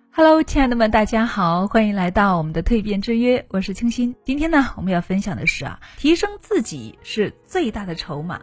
Hello， 亲爱的们，大家好，欢迎来到我们的蜕变之约，我是清新。今天呢，我们要分享的是提升自己是最大的筹码。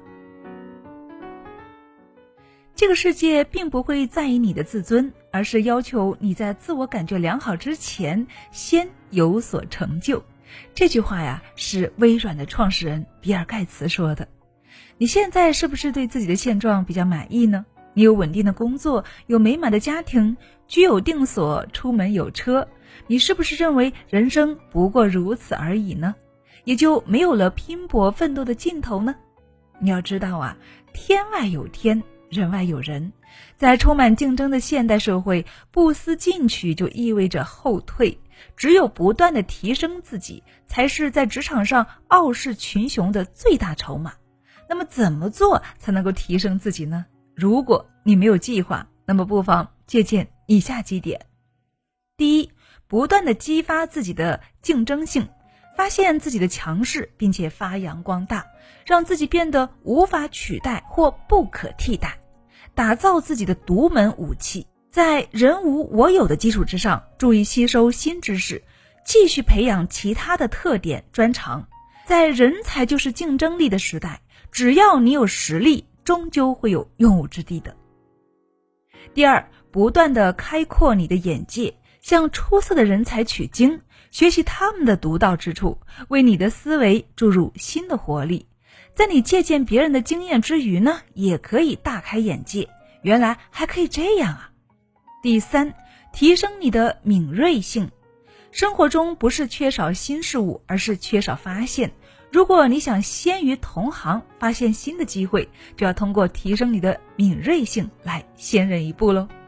这个世界并不会在意你的自尊，而是要求你在自我感觉良好之前，先有所成就。这句话是微软的创始人比尔盖茨说的。你现在是不是对自己的现状比较满意呢？你有稳定的工作，有美满的家庭，居有定所，出门有车，你是不是认为人生不过如此而已呢？也就没有了拼搏奋斗的劲头呢？你要知道天外有天，人外有人。在充满竞争的现代社会，不思进取就意味着后退，只有不断的提升自己，才是在职场上傲视群雄的最大筹码。那么怎么做才能够提升自己呢？如果你没有计划，那么不妨借鉴以下几点。第一，不断的激发自己的竞争性，发现自己的强势，并且发扬光大，让自己变得无法取代或不可替代，打造自己的独门武器。在人无我有的基础之上，注意吸收新知识，继续培养其他的特点专长。在人才就是竞争力的时代，只要你有实力，终究会有用武之地的。第二，不断的开阔你的眼界，向出色的人才取经，学习他们的独到之处，为你的思维注入新的活力。在你借鉴别人的经验之余呢，也可以大开眼界，原来还可以这样第三，提升你的敏锐性。生活中不是缺少新事物，而是缺少发现。如果你想先于同行发现新的机会，就要通过提升你的敏锐性来先人一步咯。